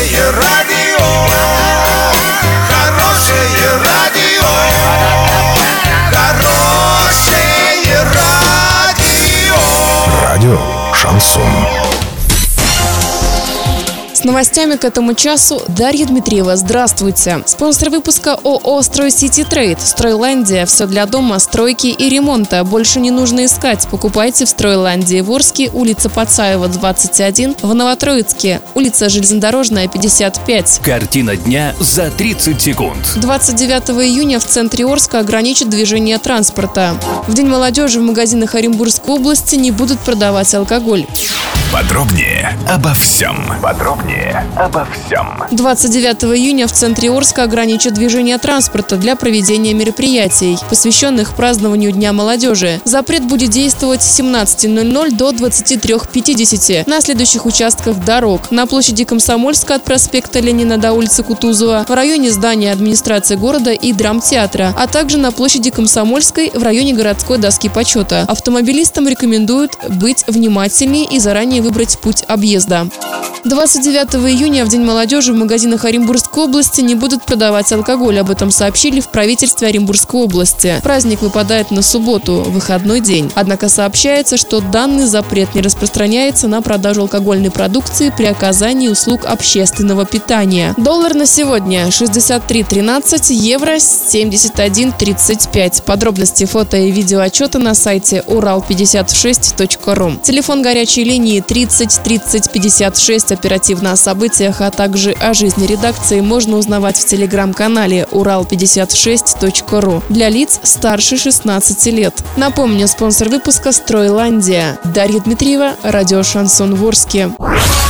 Хорошее радио, хорошее радио, хорошее радио. Радио Шансон. С новостями к этому часу Дарья Дмитриева. Здравствуйте. Спонсор выпуска ООО «Стройсити Трейд». Стройландия. Все для дома, стройки и ремонта. Больше не нужно искать. Покупайте в Стройландии. В Орске, улица Пацаева, 21. В Новотроицке, улица Железнодорожная, 55. Картина дня за 30 секунд. 29 июня в центре Орска ограничат движение транспорта. В День молодежи в магазинах Оренбургской области не будут продавать алкоголь. Подробнее обо всем. 29 июня в центре Орска ограничат движение транспорта для проведения мероприятий, посвященных празднованию Дня молодежи. Запрет будет действовать с 17:00 до 23:50 на следующих участках дорог: на площади Комсомольска от проспекта Ленина до улицы Кутузова, в районе здания администрации города и драмтеатра, а также на площади Комсомольской в районе городской доски почета. Автомобилистам рекомендуют быть внимательнее и заранее выбрать путь объезда. 29 июня в День молодежи в магазинах Оренбургской области не будут продавать алкоголь. Об этом сообщили в правительстве Оренбургской области. Праздник выпадает на субботу, выходной день. Однако сообщается, что данный запрет не распространяется на продажу алкогольной продукции при оказании услуг общественного питания. Доллар на сегодня 63.13, евро 71.35. Подробности фото и видеоотчета на сайте ural56.ru. Телефон горячей линии 30 30 56. Оперативно о событиях, а также о жизни редакции можно узнавать в телеграм-канале ural56.ru для лиц старше 16 лет. Напомню, спонсор выпуска «Стройландия». Дарья Дмитриева, радио «Шансон» в Орске.